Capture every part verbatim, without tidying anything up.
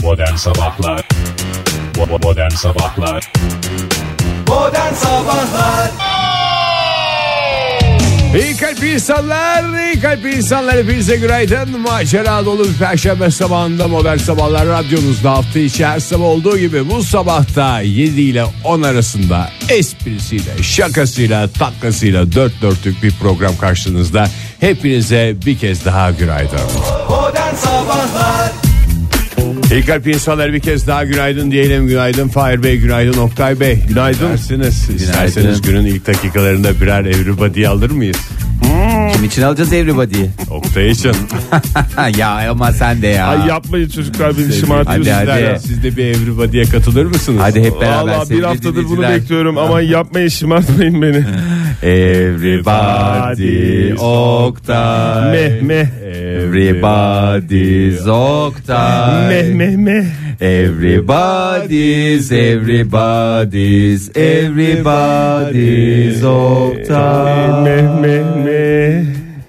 Modern Sabahlar Modern Sabahlar Modern Sabahlar İyi kalp insanlar, iyi kalp insanlar, hepinize günaydın. Macera dolu bir perşembe sabahında Modern Sabahlar radyonuzda, hafta içi her sabah olduğu gibi bu sabahta yedi ile on arasında esprisiyle, şakasıyla, tatlısıyla dört dörtlük bir program karşınızda. Hepinize bir kez daha günaydın. Modern Sabahlar İyi kalp insanlar, bir kez daha günaydın diyelim. Günaydın Fahir Bey, günaydın Oktay Bey. Günaydın. Dersiniz. İsterseniz günün ilk dakikalarında birer everybody alır mıyız? Hmm. Kim için alacağız everybody'yi? Oktay için. Ya ama sen de ya. Ay yapmayın çocuklar, beni şımartıyorsunuz. Hadi, hadi. Sizler, siz de bir everybody'ye katılır mısınız? Hadi hep beraber. Vallahi bir haftadır bunu dinleyiciler. bekliyorum ama yapmayın, şımartmayın beni. Everybody Oktay. Meh meh. Everybody's Oktay. Meh meh meh. Everybody's everybody's everybody's Oktay. Meh meh meh.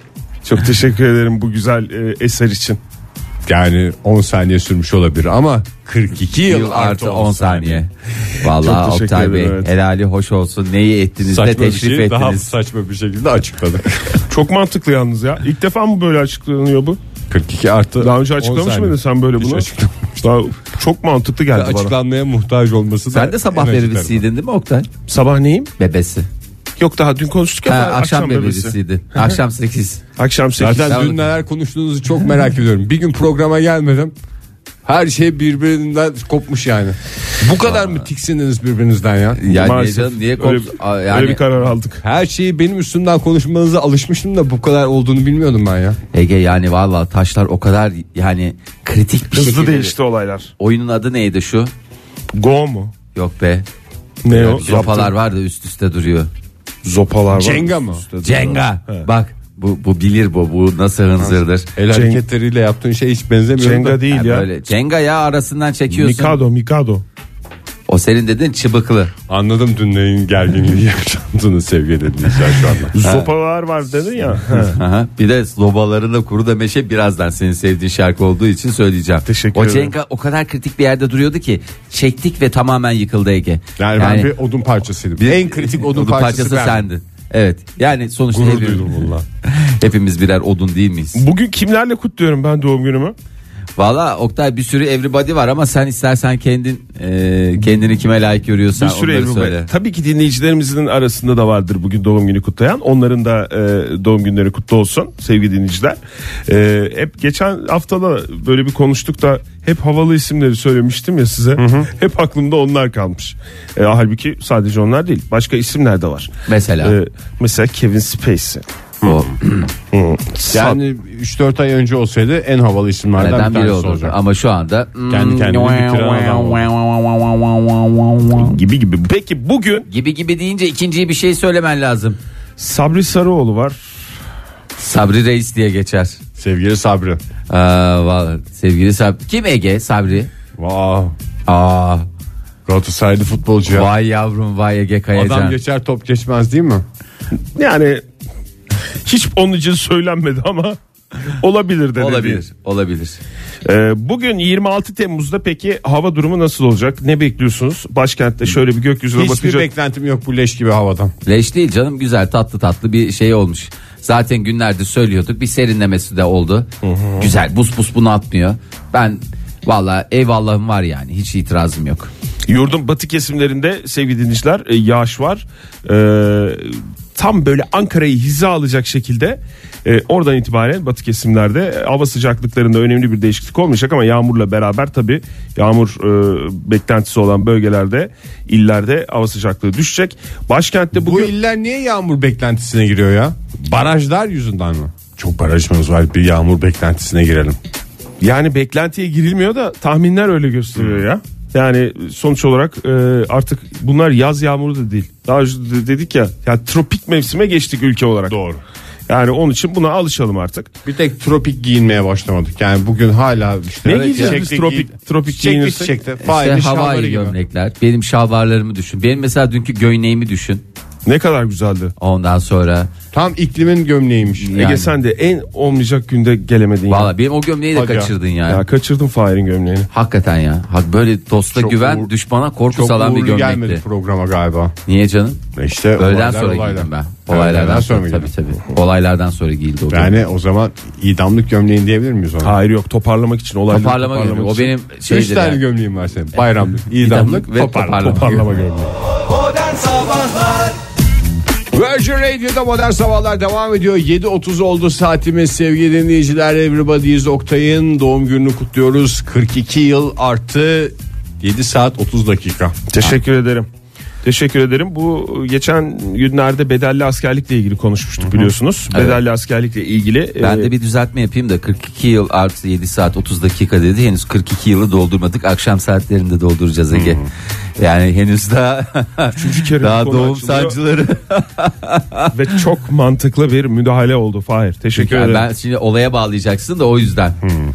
Çok teşekkür ederim bu güzel e, eser için. Yani on saniye sürmüş olabilir ama kırk iki yıl, Yıl artı on saniye. Vallahi Çok teşekkür Oktay Bey, ederim, evet. helali hoş olsun. Neyi ettiniz de Saçma bir teşrif şey, daha ettiniz. saçma bir şekilde açıkladık. Çok mantıklı yalnız ya. İlk defa mı böyle açıklanıyor bu? kırk iki artı Daha önce açıklamış mıydın sen böyle Hiç bunu? açıklamamıştım. Daha çok mantıklı geldi bana. Açıklanmaya muhtaç olması da Sen de sabah en acı bebesiydin değil mi Oktay? Sabah neyim? Bebesi. Yok, daha dün konuştuk Ha, ya. akşam bebesi. bebesiydin. Akşam sekiz. Akşam sekiz. Zaten dün neler konuştuğunuzu çok merak ediyorum. Bir gün programa gelmedim. Her şey birbirinden kopmuş yani. Bu kadar mı tiksindiniz birbirinizden ya? Yani Maalesef. canım, niye öyle, kop- Aa, yani öyle bir karar aldık. Her şeyi benim üstümden konuşmanıza alışmıştım da bu kadar olduğunu bilmiyordum ben ya. Ege, yani vallahi taşlar o kadar yani kritik bir Hızlı şekilde. değişti olaylar. Oyunun adı neydi şu? Go mu? Yok be. Ne o? Zopalar var da üst üste duruyor. Zopalar var. Jenga mı? Jenga. He. Bak bu bu bilir bu. Bu nasıl hınzırdır. El Cenk- hareketleriyle yaptığın şey hiç benzemiyor. Jenga da. değil Yani ya. böyle Jenga ya, arasından çekiyorsun. Mikado, Mikado. O senin dediğin çıbıklı. Anladım dün neyin gerginliği yaşandığını sevgili dinleyiciler şu anda. Zopalar var dedin ya. Aha. Bir de zobalarında kuru da meşe, birazdan senin sevdiğin şarkı olduğu için söyleyeceğim. Teşekkür o ederim. Jenga o kadar kritik bir yerde duruyordu ki çektik ve tamamen yıkıldı Ege. Yani, ben bir odun parçasıydım. bir- en kritik odun, parçası, ben. sendin. Evet. Yani sonuçta Gurur hepimiz, duydum bununla. hepimiz birer odun değil miyiz? Bugün kimlerle kutluyorum ben doğum günümü? Valla Oktay, bir sürü everybody var ama sen istersen kendin e, kendini kime layık görüyorsan Bir sürü onları evrim var. söyle. Tabii ki dinleyicilerimizin arasında da vardır bugün doğum günü kutlayan. Onların da e, doğum günleri kutlu olsun sevgili dinleyiciler. E, hep geçen haftada böyle bir konuştuk da hep havalı isimleri söylemiştim ya size. Hı hı. Hep aklımda onlar kalmış. E, halbuki sadece onlar değil. Başka isimler de var. Mesela E, mesela Kevin Spacey. o Yani üç dört ay önce olsaydı en havalı isimlerden neden bir biri tanesi olurdu olacak. ama şu anda Kendi kendini bitiren adam Gibi gibi. Peki bugün gibi gibi deyince ikinciyi bir şey söylemen lazım. Sabri Sarıoğlu var. Sabri Reis diye geçer. Sevgili Sabri. Aa, vallahi, sevgili Sabri. Kim Ege? Sabri. Wow. Aa, Galatasaraylı futbolcu ya. vay yavrum, vay Ege Kayacan. Adam geçer top geçmez değil mi? Yani hiç onun için söylenmedi ama olabilir de Olabilir, dedi. olabilir. Ee, bugün yirmi altı Temmuz'da peki hava durumu nasıl olacak? Ne bekliyorsunuz? Başkentte şöyle bir gökyüzüne Hiçbir bakacak. beklentim yok bu leş gibi havadan. Leş değil canım, güzel tatlı tatlı bir şey olmuş. Zaten günlerdir söylüyorduk, bir serinlemesi de oldu. Güzel, buz buz bunu atmıyor. Ben valla eyvallahım var yani, hiç itirazım yok. Yurdun batı kesimlerinde sevgili dinleyiciler e, yağış var. Ee, tam böyle Ankara'yı hiza alacak şekilde e, oradan itibaren batı kesimlerde e, hava sıcaklıklarında önemli bir değişiklik olmayacak ama yağmurla beraber tabii yağmur e, beklentisi olan bölgelerde, illerde hava sıcaklığı düşecek. Başkentte Bu bugün iller niye yağmur beklentisine giriyor ya? Barajlar yüzünden mi? Çok barajımız var, bir yağmur beklentisine girelim. yani beklentiye girilmiyor da tahminler öyle gösteriyor ya. Yani sonuç olarak e, artık bunlar yaz yağmuru da değil. Daha önce de dedik ya, ya tropik mevsime geçtik ülke olarak. Doğru. Yani onun için buna alışalım artık. Bir tek tropik giyinmeye başlamadık. Yani bugün hala işte Ne giyeceğiz biz çiçekli tropik giy- tropik çiçekli giyinirsek? çiçekli. İşte Fahir'in şalvarı havai gibi. gömlekler. Benim şalvarlarımı düşün. Benim mesela dünkü gömleğimi düşün. Ne kadar güzeldi. Ondan sonra Tam iklimin gömleğiymiş. Yani. Ege sen de en olmayacak günde gelemedin. valla ya. benim o gömleği de Hadi ya. kaçırdın ya. Ya kaçırdım Fahir'in gömleğini. Hakikaten ya. Hak böyle dosta Çok güven, uğur- düşmana korku Çok salan bir uğurlu gelmedi gömlekti. programa galiba. Niye canım? İşte Öğleden olaylar, sonra olaylar. giydim ben. Olaylardan Öğleden sonra mı tabii giydin? tabii. Olaylardan sonra giyildi o gömlek. Yani o zaman idamlık gömleğin diyebilir miyiz ona? Hayır yok, toparlamak için. Olayları Toparlama gömleği. O için. benim Üç şeydir tane yani. gömleğim var senin. Bayramlık, İdamlık idamlık ve ve toparlama, toparlama. toparlama gömleği. Modern Sabahlar Virgin Radio'da Modern Sabahlar devam ediyor. yedi otuz oldu saatimiz sevgili dinleyiciler. Everybody's Oktay'ın doğum gününü kutluyoruz. kırk iki yıl artı yedi saat otuz dakika. Teşekkür ederim. Teşekkür ederim. Bu geçen günlerde bedelli askerlikle ilgili konuşmuştuk biliyorsunuz. Evet. Bedelli askerlikle ilgili. Ben e, de bir düzeltme yapayım da kırk iki yıl artı yedi saat otuz dakika dedi. Henüz kırk iki yılı doldurmadık. Akşam saatlerinde dolduracağız Ege. Yani henüz daha Üçüncü kere daha bu konu doğum açılıyor. sancıları. ve çok mantıklı bir müdahale oldu Fahir. Teşekkür Yani ederim. ben şimdi olaya bağlayacaksın da o yüzden.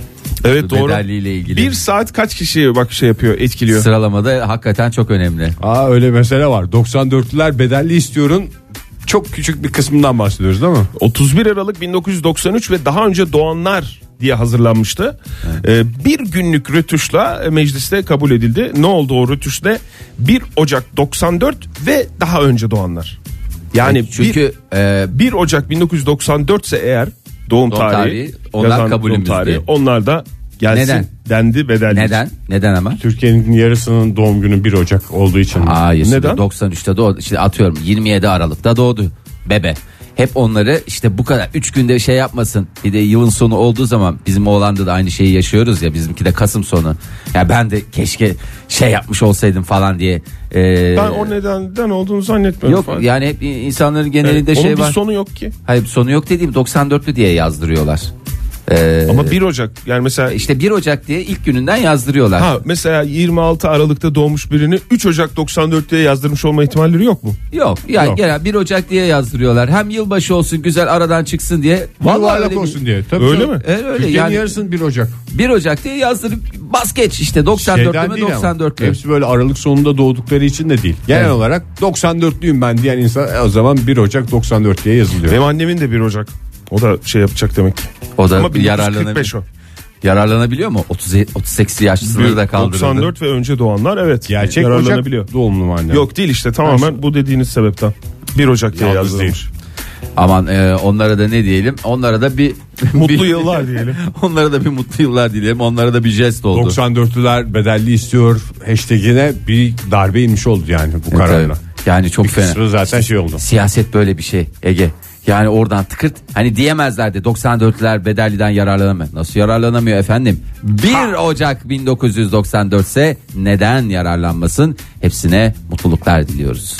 Evet doğru. Bedelliyle ilgili. Bir saat kaç kişiyi bak şey yapıyor, etkiliyor. Sıralamada hakikaten çok önemli. Aa öyle mesele var. doksan dörtlüler bedelli istiyorun. Çok küçük bir kısmından bahsediyoruz değil mi? otuz bir Aralık bin dokuz yüz doksan üç ve daha önce doğanlar diye hazırlanmıştı. Ee, bir günlük rötuşla mecliste kabul edildi. Ne oldu o rötuşla? bir Ocak doksan dört ve daha önce doğanlar. Yani Çünkü e, bir, bir Ocak bin dokuz yüz doksan dört ise eğer doğum, Doğum tarihi, tarihi, onlar yazan doğum kabulümüzdü. tarihi, onlar da gelsin Neden? dendi bedelli. neden? Neden ama? Türkiye'nin yarısının doğum günü bir Ocak olduğu için. Hayır. Neden? Neden? doksan üçte doğdu. İşte atıyorum yirmi yedi Aralık'ta doğdu bebe. Hep onları işte bu kadar üç günde şey yapmasın. Bir de yılın sonu olduğu zaman bizim oğlanda da aynı şeyi yaşıyoruz ya, bizimki de Kasım sonu. Ya ben de keşke şey yapmış olsaydım falan diye. Ee, Ben o nedenden olduğunu zannetmiyorum. yok falan. yani hep insanların genelinde Evet, şey onun var. bir sonu yok ki. Hayır sonu yok dediğim doksan dörtlü diye yazdırıyorlar. Ee, Ama bir Ocak yani mesela işte bir Ocak diye ilk gününden yazdırıyorlar. ha mesela yirmi altı Aralık'ta doğmuş birini üç Ocak doksan dört diye yazdırmış olma ihtimalleri yok mu? Yok yani Yok. genel bir Ocak diye yazdırıyorlar. Hem yılbaşı olsun güzel aradan çıksın diye. Vallahi Yuvarlak öyle bir- olsun diye. Tabii Öyle tabii. mi? Evet, öyle Türkiye'nin yani yarısının bir Ocak. bir Ocak diye yazdırıp bas geç işte doksan dörtlü Şeyden mü değil ama. doksan dörtlü. Hepsi böyle Aralık sonunda doğdukları için de değil. Genel Evet. olarak doksan dörtlüyüm ben diyen insan e, o zaman bir Ocak doksan dört diye yazılıyor. Benim annemin de bir Ocak. O da şey yapacak demek ki. O da Ama bin dokuz yüz kırk yararlanabilir. beş o. Yararlanabiliyor mu? otuz otuz sekiz yaş sınırı da kaldırıldı. doksan dört ve önce doğanlar evet Gerçek yararlanabiliyor. Ocak doğumlu mu anne? Yok değil işte tamamen bu dediğiniz sebepten. bir Ocak diye Yalnız yazılmış. Aman e, onlara da ne diyelim? Onlara da bir Mutlu bir- yıllar diyelim. Onlara da bir mutlu yıllar dileyelim. Onlara da bir jest oldu. doksan dörtlüler bedelli istiyor hashtagine bir darbe inmiş oldu yani bu kararla. Tabii. Yani çok Bir fena. kısmı zaten şey oldu. Siyaset böyle bir şey Ege. Yani oradan tıkırt hani diyemezlerdi doksan dörtlüler bedelliden yararlanamıyor. Nasıl yararlanamıyor efendim? bir Ocak bin dokuz yüz doksan dört ise neden yararlanmasın? Hepsine mutluluklar diliyoruz.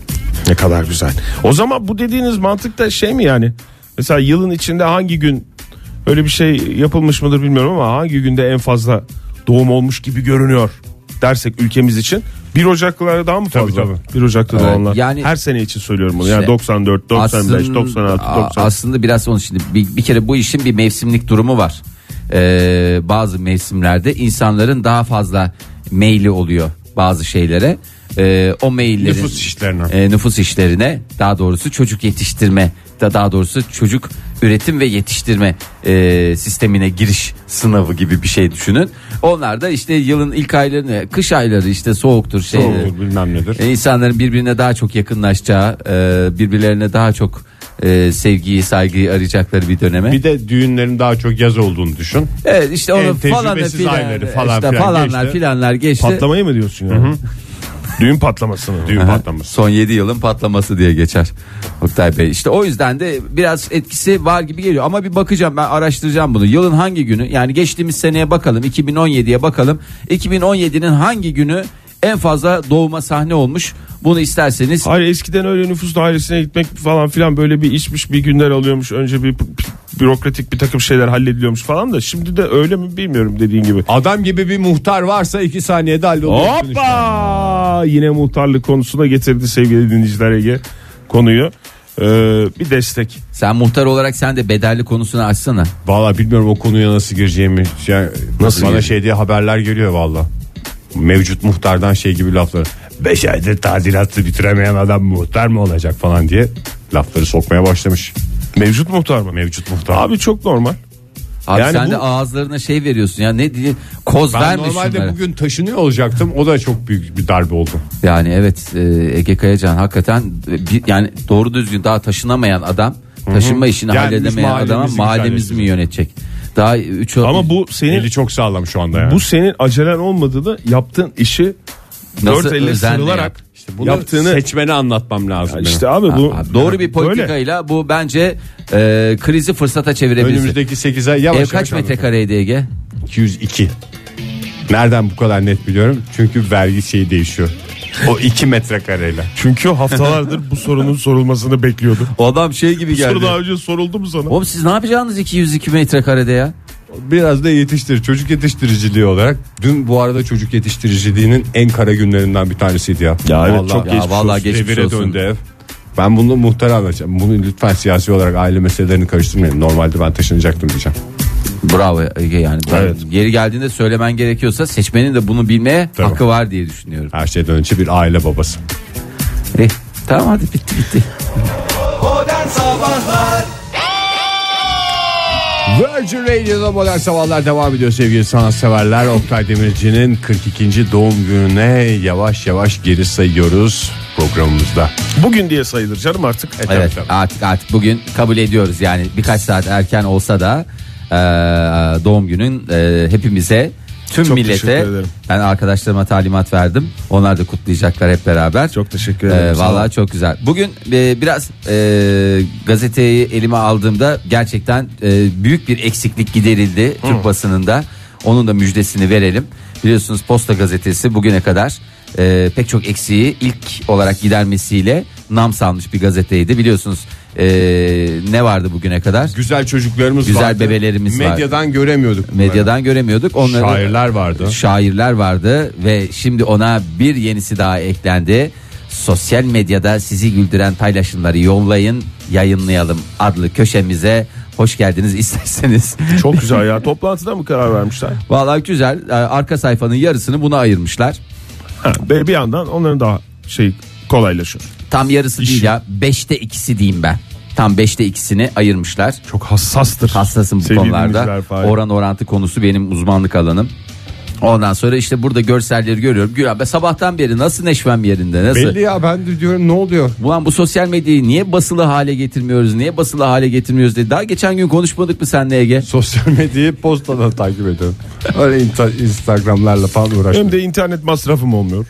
Ne kadar güzel. O zaman bu dediğiniz mantıkta şey mi yani? Mesela yılın içinde hangi gün öyle bir şey yapılmış mıdır bilmiyorum ama hangi günde en fazla doğum olmuş gibi görünüyor dersek ülkemiz için bir Ocaklılara daha mı fazla? Tabii, tabii. bir Ocak'ta Evet, doğanlar. yani- Her sene için söylüyorum bunu. Yani İşte doksan dört, doksan beş, aslında- doksan altı, a- doksan. Aslında biraz onun şimdi bir, bir kere bu işin bir mevsimlik durumu var. Ee, bazı mevsimlerde insanların daha fazla meyli oluyor bazı şeylere. Ee, o meyillerin Nüfus işlerine. e, nüfus işlerine daha doğrusu çocuk yetiştirme da daha doğrusu çocuk üretim ve yetiştirme e, sistemine giriş sınavı gibi bir şey düşünün. Onlar da işte yılın ilk aylarını, kış ayları işte soğuktur şey. Soğuktur, bilmem nedir. E, insanların birbirine daha çok yakınlaşacağı, e, birbirlerine daha çok e, sevgiyi, saygıyı arayacakları bir döneme. Bir de düğünlerin daha çok yaz olduğunu düşün. Evet işte en onu falan tecrübesiz ayları falan işte filan falanlar geçti. filanlar geçti. Patlamayı mı diyorsun yani? Düğün patlamasını. Düğün Aha, patlaması. Son yedi yılın patlaması diye geçer Oktay Bey. İşte o yüzden de biraz etkisi var gibi geliyor. Ama bir bakacağım, ben araştıracağım bunu. Yılın hangi günü, yani geçtiğimiz seneye bakalım, iki bin on yediye bakalım. iki bin on yedinin hangi günü en fazla doğuma sahne olmuş? Bunu isterseniz Hayır eskiden öyle nüfus dairesine gitmek falan filan böyle bir işmiş, bir günler alıyormuş. Önce bir bürokratik bir takım şeyler hallediliyormuş falan da şimdi de öyle mi bilmiyorum dediğin gibi. Adam gibi bir muhtar varsa iki saniyede halloluyorsun işte. Hoppa! Yine muhtarlık konusuna getirdi sevgili dinleyiciler Ege konuyu. Ee, bir destek. sen muhtar olarak sen de bedelli konusunu açsana. Valla bilmiyorum o konuya nasıl gireceğimi. Yani Nasıl bana gireceğim? şey diye haberler geliyor valla. Mevcut muhtardan şey gibi laflar. beş aydır tadilatı bitiremeyen adam muhtar mı olacak falan diye lafları sokmaya başlamış. Mevcut muhtar mı? Mevcut muhtar. Abi çok normal. Abi Yani sen bu- de ağızlarına şey veriyorsun ya, ne diye koz Ben verme normalde şunlara. bugün taşınıyor olacaktım. O da çok büyük bir darbe oldu. Yani evet, e, Ege Kayacan hakikaten e, bir, yani doğru düzgün daha taşınamayan adam, taşınma işini Gelmiş halledemeyen adama mahallemizi mahallemiz mi güzelleştirecek. yönetecek? Daha üç Ama bu senin Eli çok sağlam şu anda yani. bu senin acelen olmadığını, yaptığın işi Nasıl dört elle özenle sarılarak yap. İşte bunu yaptığını seçmene anlatmam lazım. benim. işte abi bu Abi, doğru bir politikayla bu bence e, krizi fırsata çevirebilir. Önümüzdeki sekiz ay yavaş Ev yavaş kaç anlatacağım. metrekareydi Ege? iki yüz iki. Nereden bu kadar net biliyorum? Çünkü vergi şeyi değişiyor. O iki metrekareyle. çünkü haftalardır bu sorunun sorulmasını bekliyordu. O adam şey gibi Bu soru geldi. daha önce soruldu mu sana? Oğlum siz ne yapacaksınız iki yüz iki metrekarede ya? Biraz da yetiştir, çocuk yetiştiriciliği olarak. Dün bu arada çocuk yetiştiriciliğinin en kara günlerinden bir tanesiydi ya. Ya evet, çok Ya geçmiş vallahi olsun. geçmiş Revire olsun. döndü ev. Ben bunu muhtara anlatacağım. Bunu lütfen siyasi olarak aile meselelerini karıştırmayın. Normalde ben taşınacaktım diyeceğim. Bravo Ege, yani ben Evet. yeri geldiğinde söylemen gerekiyorsa seçmenin de bunu bilmeye Tabii. hakkı var diye düşünüyorum. Her şeyden önce bir aile babası. Eh, tamam hadi bitti bitti. Modern Sabahlar Virgin Radio'da Modern Sabahlar devam ediyor sevgili sanatseverler. Oktay Demirci'nin kırk ikinci doğum gününe yavaş yavaş geri sayıyoruz programımızda. Bugün diye sayılır canım artık. E, tabii, Evet tabii. artık artık bugün kabul ediyoruz, yani birkaç saat erken olsa da e, doğum günün e, hepimize, tüm Çok millete, teşekkür ederim. ben arkadaşlarıma talimat verdim, onlar da kutlayacaklar hep beraber. Çok teşekkür ederim. Ee, Sağ ol. vallahi çok güzel. Bugün e, biraz e, gazeteyi elime aldığımda gerçekten e, büyük bir eksiklik giderildi Türk basınında. Onun da müjdesini verelim. Biliyorsunuz Posta Gazetesi bugüne kadar e, pek çok eksiği ilk olarak gidermesiyle nam salmış bir gazeteydi. Biliyorsunuz e, ne vardı bugüne kadar? Güzel çocuklarımız Güzel vardı. bebelerimiz vardı. Medyadan göremiyorduk bunları. Medyadan göremiyorduk. Onları, Şairler vardı. Şairler vardı ve şimdi ona bir yenisi daha eklendi. Sosyal medyada sizi güldüren paylaşımları yollayın, yayınlayalım adlı köşemize hoş geldiniz isterseniz. Çok güzel ya. Toplantıda mı karar vermişler? Vallahi güzel. Arka sayfanın yarısını buna ayırmışlar. Ha, ve bir yandan onların daha şey kolaylaşıyor. Tam yarısı değil ya. Beşte ikisi diyeyim ben. Tam beşte ikisini ayırmışlar. Çok hassastır. Hassasım bu Sevgili konularda. dinleyiciler, Fahir. Oran orantı konusu benim uzmanlık alanım. Ondan sonra işte burada görselleri görüyorum. Güya be sabahtan beri nasıl neşvem yerinde, nasıl? Belli ya, ben de diyorum ne oluyor? Ulan bu sosyal medyayı niye basılı hale getirmiyoruz? Niye basılı hale getirmiyoruz diye. Daha geçen gün konuşmadık mı senle Ege? Sosyal medyayı postadan takip ediyorum. Öyle insta- Instagram'larla falan uğraşmıyorum. Hem de internet masrafım olmuyor.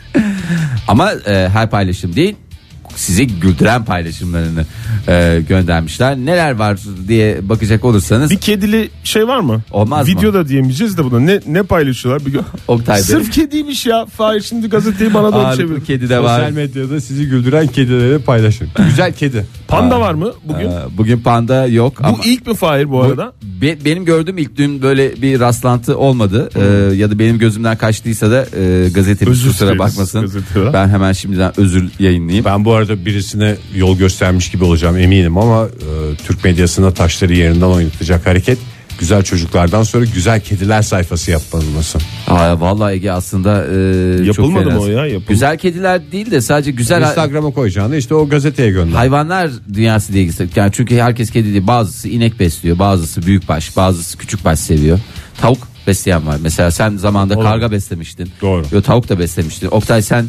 Ama e, her paylaşım değil, sizi güldüren paylaşımlarını e, göndermişler. Neler var diye bakacak olursanız. Bir kedili şey var mı? Olmaz mı? Videoda diyemeyeceğiz de buna. Ne ne paylaşıyorlar? Bir gö- Oktay Bey. Sırf kediymiş ya. Fahir şimdi gazeteyi bana doğru Ağırlıklı çevir. kedi de var. Sosyal medyada sizi güldüren kedileri paylaşın. Güzel kedi. Panda var mı bugün? E, bugün panda yok Bu ama ilk mi Fahir bu arada? be- benim gördüğüm ilk dün böyle bir rastlantı olmadı. E, ya da benim gözümden kaçtıysa da e, gazetemiz Özür kusura dileriz bakmasın. gazeteye. Ben hemen şimdiden özür yayınlayayım. Ben bu arada birisine yol göstermiş gibi olacağım eminim ama e, Türk medyasına taşları yerinden oynatacak hareket güzel çocuklardan sonra güzel kediler sayfası yapılması. Aa, vallahi Ege aslında e, çok Yapılmadı fena. mı o ya? Yapıldı. Güzel kediler değil de sadece güzel Instagram'a koyacağını işte o gazeteye gönder. hayvanlar dünyası diye gitsin. Yani çünkü herkes kedi değil. Bazısı inek besliyor, bazısı büyükbaş, bazısı küçükbaş seviyor. Tavuk besleyen var. Mesela sen zamanında Doğru. karga beslemiştin. Doğru. Yo, tavuk da beslemiştin. Oktay sen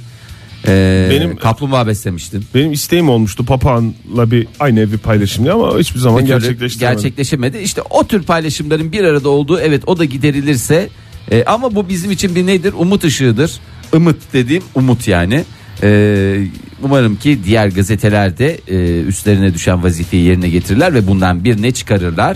e, Benim- kaplumbağa beslemiştin. Benim isteğim olmuştu papağanla bir aynı evi paylaşımlı ama hiçbir zaman Bir türlü gerçekleştiremedim. gerçekleşemedi. İşte o tür paylaşımların bir arada olduğu, evet, o da giderilirse e, ama bu bizim için bir nedir? Umut ışığıdır. Umut dediğim umut yani. E, umarım ki diğer gazetelerde e, üstlerine düşen vazifeyi yerine getirirler ve bundan bir ne çıkarırlar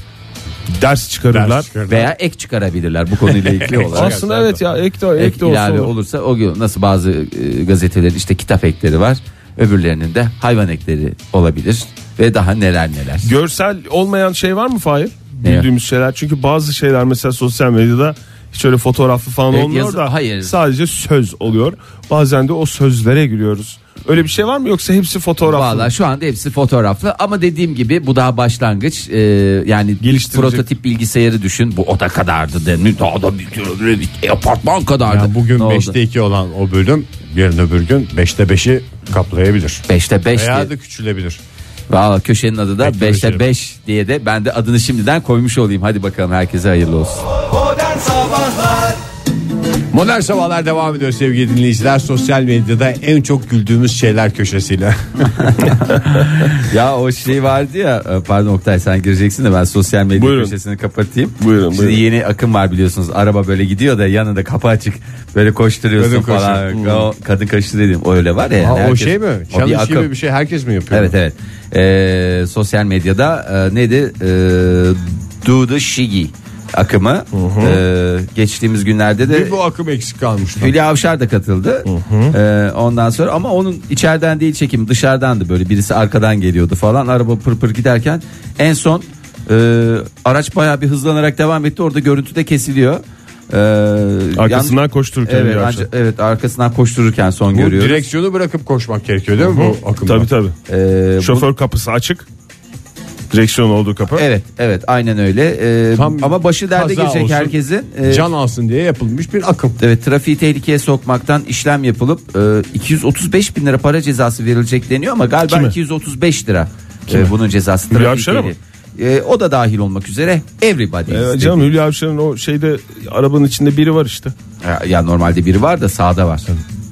Ders çıkarırlar. Ders çıkarırlar. veya ek çıkarabilirler bu konuyla ilgili olarak. Aslında evet ya ek de, ek Ek de olsa ilave olur. olursa o gün nasıl bazı e, gazetelerin işte kitap ekleri var, öbürlerinin de hayvan ekleri olabilir ve daha neler neler. Görsel olmayan şey var mı Fahir? Ne? Bildiğimiz şeyler. Çünkü bazı şeyler mesela sosyal medyada Hiç öyle fotoğraflı falan Evet, olmuyor yazı- da hayır. sadece söz oluyor. Bazen de o sözlere gülüyoruz. Öyle bir şey var mı yoksa hepsi fotoğraflı? Valla şu anda hepsi fotoğraflı ama dediğim gibi bu daha başlangıç. Ee, yani Geliştirecek. prototip bilgisayarı düşün, bu oda kadardı de, daha da bir, bir apartman kadardı. Yani bugün Ne oldu? beşte iki olan o bölüm yarın öbür gün beşte beşi kaplayabilir. beşte beş Veya diye. da küçülebilir. Valla köşenin adı da Bekle beşte görüşelim. beş diye de ben de adını şimdiden koymuş olayım. Hadi bakalım, herkese hayırlı olsun. Modern Sabahlar Modern Sabahlar devam ediyor sevgili dinleyiciler. Sosyal medyada en çok güldüğümüz şeyler köşesiyle. Ya o şey vardı ya, pardon Oktay sen gireceksin de ben sosyal medya Buyurun. köşesini kapatayım. Buyurun, Şimdi buyurun. yeni akım var biliyorsunuz, araba böyle gidiyor da yanında kapı açık böyle koşturuyorsun Kadın falan. koşu. O kadın koşu dedim, o öyle var ya. yani Ha, o herkes- şey mi? o bir Challenge akım. gibi bir şey herkes mi yapıyor? Evet evet. Ee, sosyal medyada e, neydi? Ee, Do the Shiggy akımı. Ee, geçtiğimiz günlerde de Bir bu akım eksik kalmıştı. Hülya Avşar da katıldı. Ee, ondan sonra ama onun içeriden değil çekim, dışarıdandı, böyle birisi arkadan geliyordu falan, araba pır pır giderken en son e, araç bayağı bir hızlanarak devam etti, orada görüntü de kesiliyor. Ee, Arkasından yan- koştururken evet, Hülya anca- Avşar. evet arkasından koştururken son Bu görüyoruz. direksiyonu bırakıp koşmak gerekiyor değil mi bu akımda? Tabii tabii. Ee, bu- Şoför kapısı açık. Direksiyon olduğu kapı. Evet evet aynen öyle. Ee, Tam ama başı derde kaza girecek olsun, herkesin. Ee, Can alsın diye yapılmış bir akım. Evet, trafiği tehlikeye sokmaktan işlem yapılıp e, iki yüz otuz beş bin lira para cezası verilecek deniyor ama galiba Kime? iki yüz otuz beş lira e, bunun cezası. Hülya Trafik Avşar'a mı? tehlikeli. E, o da dahil olmak üzere everybody. Ee, istedi. canım Hülya Avşar'ın o şeyde arabanın içinde biri var işte. ya, ya normalde biri var da sağda var.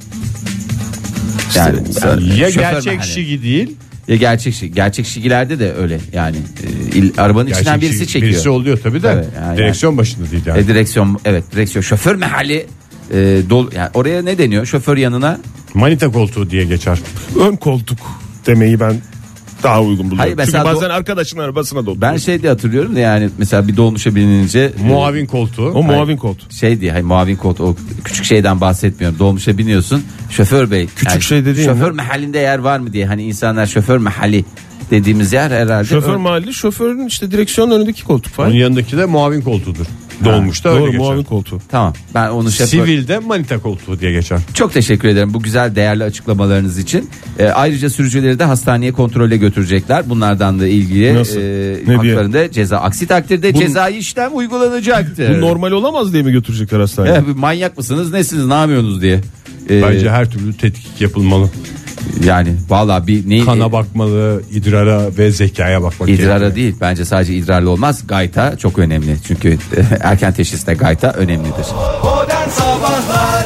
Yani, Ya şoför gerçek mahalle. şigi değil. Ya gerçek şi- gerçek şigilerde de öyle yani e, il- arabanın içinden Gerçek birisi şigi- çekiyor. Birisi oluyor tabii de. Evet, yani- direksiyon başında değil yani. E, direksiyon evet direksiyon şoför mahalli e, dol yani oraya ne deniyor şoför yanına? Manita koltuğu diye geçer. Ön koltuk demeyi ben daha uygun buluyorum. Hayır, mesela Çünkü bazen do- arkadaşın arabasına da Ben şey de hatırlıyorum da yani mesela bir dolmuşa binince e, Muavin koltuğu. o muavin koltuğu. şey diye hayır, muavin kod o küçük şeyden bahsetmiyorum. Dolmuşa biniyorsun. Şoför bey. Küçük şey dediğin Şoför ne? mahallinde yer var mı diye. Hani insanlar şoför mahalli dediğimiz yer herhalde. Şoför Ö- mahalli şoförün işte direksiyonun önündeki koltuk Onun falan. yanındaki de muavin koltuğudur. Dolmuşta öyle Doğru geçer. muavin koltuğu. Tamam. Ben onu şoför... Sivilde manita koltuğu diye geçer. Çok teşekkür ederim bu güzel değerli açıklamalarınız için. E, ayrıca sürücüleri de hastaneye kontrole götürecekler. Bunlardan da ilgili Nasıl? e, Ne haklarında ceza. Aksi takdirde cezai işlem uygulanacaktır. Bu normal olamaz diye mi götürecekler hastaneye? E, bir manyak mısınız nesiniz ne yapıyorsunuz diye. E, Bence her türlü tetkik yapılmalı. yani vallahi bir ne Kana bakmalı, idrara ve zekaya bakmak İdrara gerekiyor. değil bence sadece idrarlı olmaz, gayta çok önemli çünkü erken teşhiste gayta önemlidir. Modern Sabahlar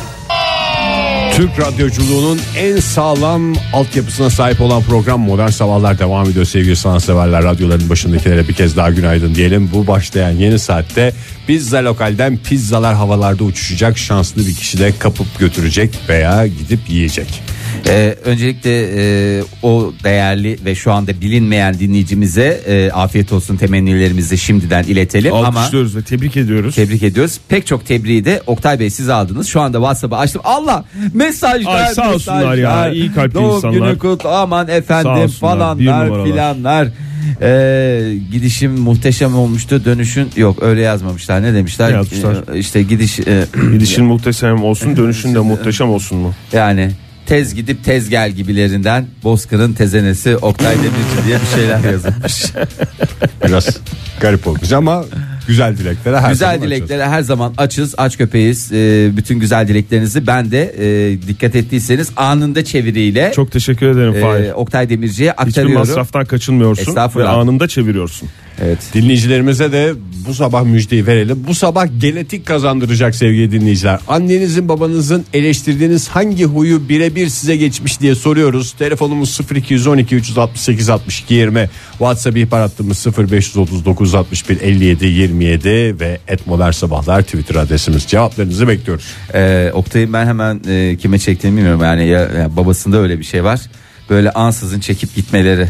Türk radyoculuğunun en sağlam altyapısına sahip olan program Modern Sabahlar devam ediyor sevgili sanatseverler. Radyoların başındakilere bir kez daha günaydın diyelim. Bu başlayan yeni saatte pizza lokalden pizzalar havalarda uçuşacak, şanslı bir kişi de kapıp götürecek veya gidip yiyecek. Ee, öncelikle e, o değerli ve şu anda bilinmeyen dinleyicimize e, afiyet olsun temennilerimizi şimdiden iletelim ama Alkışlıyoruz ve tebrik ediyoruz. tebrik ediyoruz. Pek çok tebriği de Oktay Bey siz aldınız. Şu anda WhatsApp'ı açtım. Allah mesajlar Ay, sağ olsunlar mesajlar. ya, iyi kalpli Doğum insanlar. günü kutlu aman Sağ efendim olsunlar, bir falanlar numaralar. filanlar. Ee, gidişim muhteşem olmuştu, dönüşün yok öyle yazmamışlar, ne demişler? Ne yazmışlar? Ee, işte gidiş e, Gidişin muhteşem olsun, dönüşün de muhteşem olsun mu? yani tez gidip tez gel gibilerinden Bozkır'ın tezenesi Oktay Demirci diye bir şeyler yazılmış. Biraz garip olmuş ama güzel dileklere her Güzel zaman dileklere her zaman açız, aç köpeğiz. Ee, bütün güzel dileklerinizi ben de e, dikkat ettiyseniz anında çeviriyle Çok teşekkür ederim e, Fahir. Oktay Demirci'ye Hiçbir aktarıyorum. masraftan kaçınmıyorsun ve Estağfurullah. anında çeviriyorsun. Evet. Dinleyicilerimize de bu sabah müjdeyi verelim. Bu sabah genetik kazandıracak sevgili dinleyiciler. Annenizin babanızın eleştirdiğiniz hangi huyu birebir size geçmiş diye soruyoruz. Telefonumuz sıfır iki on iki üç altı sekiz altmış iki yirmi. WhatsApp ihbar hattımız sıfır beş otuz dokuz altmış bir elli yedi yirmi yedi ve et modern sabahlar Twitter adresimiz. Cevaplarınızı bekliyoruz. Ee, Oktay'ın ben hemen e, kime çektiğimi bilmiyorum. Yani ya, ya babasında öyle bir şey var. Böyle ansızın çekip gitmeleri.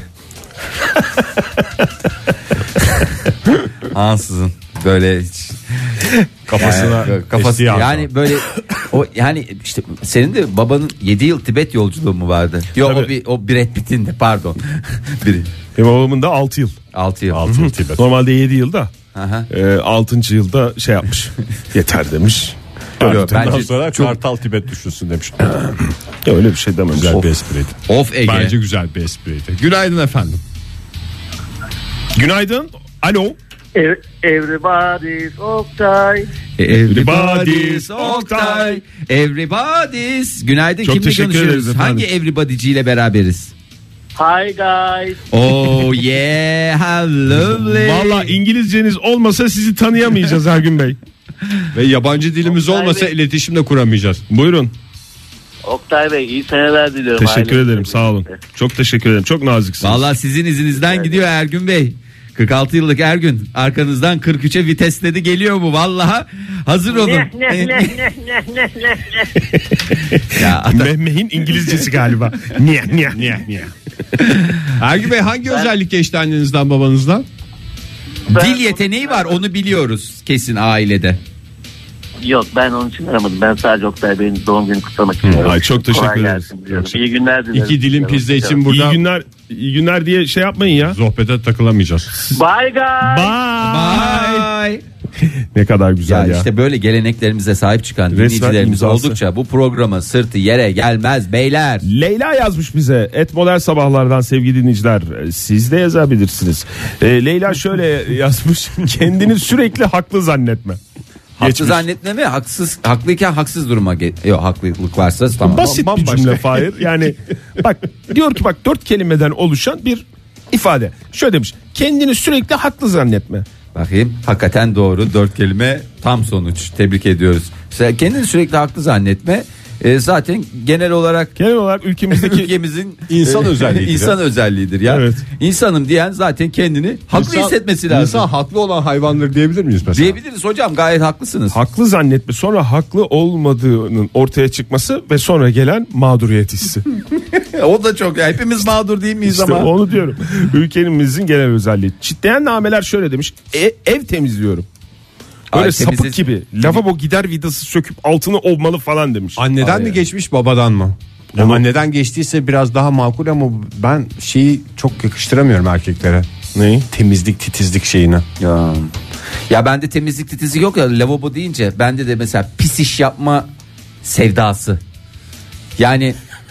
ansızın böyle hiç Kafasına yani, kafası estiği an yani böyle o yani işte senin de babanın yedi yıl Tibet yolculuğu mu vardı? Yok o Tabii. bir o Brad Pitt'in de pardon. Biri Benim babamın da altı yıl. altı yıl. altı Tibet. Normalde yedi yılda. Aha. e, altıncı yılda şey yapmış. Yeter demiş. Yok, Ondan bence sonra çok- Kartal Tibet düşünsün demiş. Öyle bir şey dememiş. Güzel bir espriydi. Of Ege. Bence güzel bir espriydi. Günaydın efendim. Günaydın. Alo. Ev- Everybody's Oktay. Everybody's Oktay. Everybody's. Günaydın. Çok Kimle teşekkür konuşuyoruz? ederiz efendim. Hangi everybody'ciyle beraberiz? Hi guys. Oh yeah, how lovely. Valla İngilizceniz olmasa sizi tanıyamayacağız Ergün Bey. Ve yabancı dilimiz Oktay olmasa Bey. iletişim de kuramayacağız. Buyurun. Oktay Bey iyi seneler diliyorum. Teşekkür Ailenize ederim, sağ olun. birlikte. Çok teşekkür ederim. Çok naziksiniz. Valla sizin izinizden gidiyor Ergün Bey. kırk altı yıllık Ergün, arkanızdan kırk üçe vitesledi geliyor bu vallahi. Hazır olun. Ne ne ne ne ne ne ne. Ya ata- Mehmet'in İngilizcesi galiba. Niye niye niye niye. Ergün Bey hangi özellik geçti annenizden babanızdan? dil yeteneği var, onu biliyoruz kesin ailede. Yok ben onun için aramadım. Ben sadece Oktay Bey'in doğum günü kutlamak için aradım. Ay, çok teşekkür Kolay ederiz. gelsin diyorum. İyi günler dilerim. İki dilim pizza için burada İyi günler, iyi günler diye şey yapmayın ya. sohbete takılamayacağız. Bye guys. Bye. Bye. Ne kadar güzel Ya, ya. işte böyle geleneklerimize sahip çıkan Resmen dinleyicilerimiz imzası. oldukça bu programın sırtı yere gelmez beyler. Leyla yazmış bize et modern sabahlardan sevgili dinleyiciler, siz de yazabilirsiniz. E, Leyla şöyle yazmış, kendini sürekli haklı zannetme. Haklı Geçmiş. zannetme mi? Haksız, haklıyken haksız duruma ge- yok, haklılık varsa tamam. Basit bir Bambaşka. cümle Fahir. Yani bak diyor ki bak dört kelimeden oluşan bir ifade. Şöyle demiş, kendini sürekli haklı zannetme. Bakayım, hakikaten doğru, dört kelime tam sonuç, tebrik ediyoruz. Sen kendini sürekli haklı zannetme e, zaten genel olarak Genel olarak ülkemizdeki ülkemizin İnsan e, özelliğidir insan özelliğidir ya. Evet. İnsanım diyen zaten kendini haklı İnsan- hissetmesi lazım. İnsan haklı olan hayvandır diyebilir miyiz mesela? Diyebiliriz hocam, gayet haklısınız. haklı zannetme, sonra haklı olmadığının ortaya çıkması ve sonra gelen mağduriyet hissi. O da çok, hepimiz mağdur değil miyiz İşte ama? onu diyorum. Ülkemizin genel özelliği. Çitleyen nameler şöyle demiş. E, ev temizliyorum. Böyle Ay, sapık temizle- gibi. Lavabo gider vidası söküp altını ovmalı falan demiş. Anneden Ay mi ya. geçmiş babadan mı? Ya Onu- anneden geçtiyse biraz daha makul ama ben şeyi çok yakıştıramıyorum erkeklere. Neyi? Temizlik titizlik şeyini. Ya. Ya bende temizlik titizi yok ya, lavabo deyince bende de mesela pis iş yapma sevdası. Yani